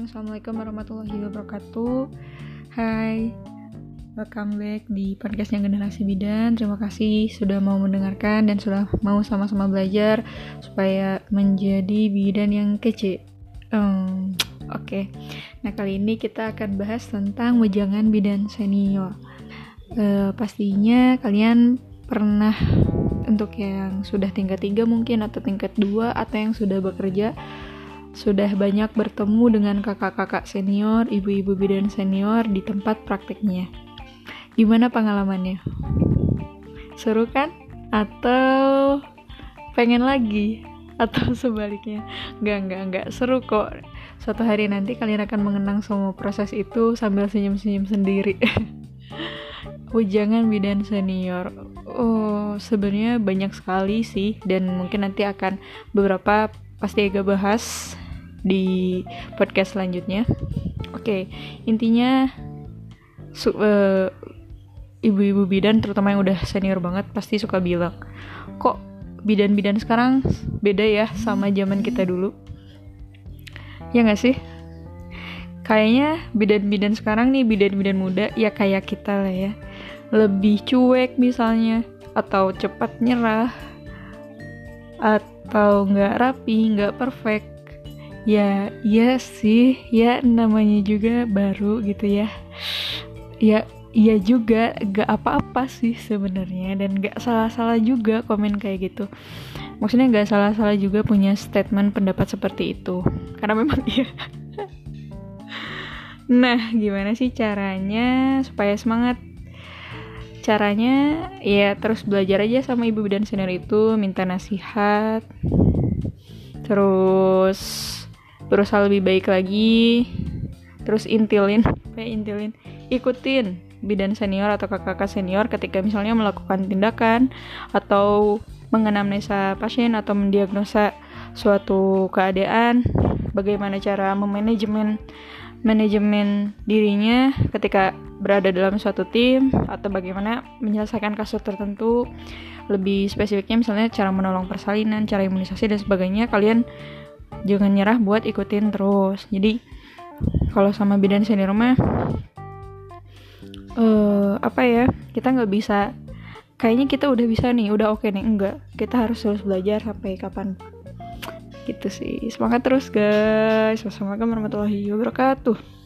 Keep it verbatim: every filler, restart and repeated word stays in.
Assalamualaikum warahmatullahi wabarakatuh. Hai, welcome back di podcastnya Generasi Bidan. Terima kasih sudah mau mendengarkan dan sudah mau sama-sama belajar supaya menjadi bidan yang kece. um, Oke, okay. Nah kali ini kita akan bahas tentang wejangan bidan senior. uh, Pastinya kalian pernah, untuk yang sudah tingkat tiga mungkin, atau tingkat dua, atau yang sudah bekerja, sudah banyak bertemu dengan kakak-kakak senior, ibu-ibu bidan senior di tempat praktiknya. Gimana pengalamannya? Seru kan? Atau pengen lagi? Atau sebaliknya? Enggak, enggak, enggak. Seru kok. Suatu hari nanti kalian akan mengenang semua proses itu sambil senyum-senyum sendiri. Wejangan bidan senior. Oh, sebenarnya banyak sekali sih, dan mungkin nanti akan beberapa pasti agak bahas di podcast selanjutnya. Oke, intinya su- uh, ibu-ibu bidan terutama yang udah senior banget pasti suka bilang, kok bidan-bidan sekarang beda ya sama zaman kita dulu. Ya nggak sih? Kayaknya bidan-bidan sekarang nih, bidan-bidan muda ya kayak kita lah ya, lebih cuek misalnya, atau cepat nyerah, atau nggak rapi, nggak perfect. Ya, iya sih, ya namanya juga baru gitu ya. Ya, iya juga, nggak apa-apa sih sebenarnya, dan nggak salah-salah juga komen kayak gitu. Maksudnya nggak salah-salah juga punya statement pendapat seperti itu, karena memang iya. Nah, gimana sih caranya supaya semangat? Caranya ya terus belajar aja sama ibu bidan senior itu, minta nasihat, terus berusaha lebih baik lagi, terus intilin, kayak intilin, ikutin bidan senior atau kakak-kakak senior ketika misalnya melakukan tindakan atau menganamnesa pasien atau mendiagnosa suatu keadaan, bagaimana cara memanajemen manajemen dirinya ketika berada dalam suatu tim, atau bagaimana menyelesaikan kasus tertentu. Lebih spesifiknya misalnya cara menolong persalinan, cara imunisasi dan sebagainya. Kalian jangan nyerah buat ikutin terus. Jadi kalau sama bidan senior mah uh, apa ya, kita nggak bisa kayaknya kita udah bisa nih, udah oke nih. Enggak, kita harus terus belajar sampai kapan gitu sih. Semangat terus guys. Wassalamualaikum warahmatullahi wabarakatuh.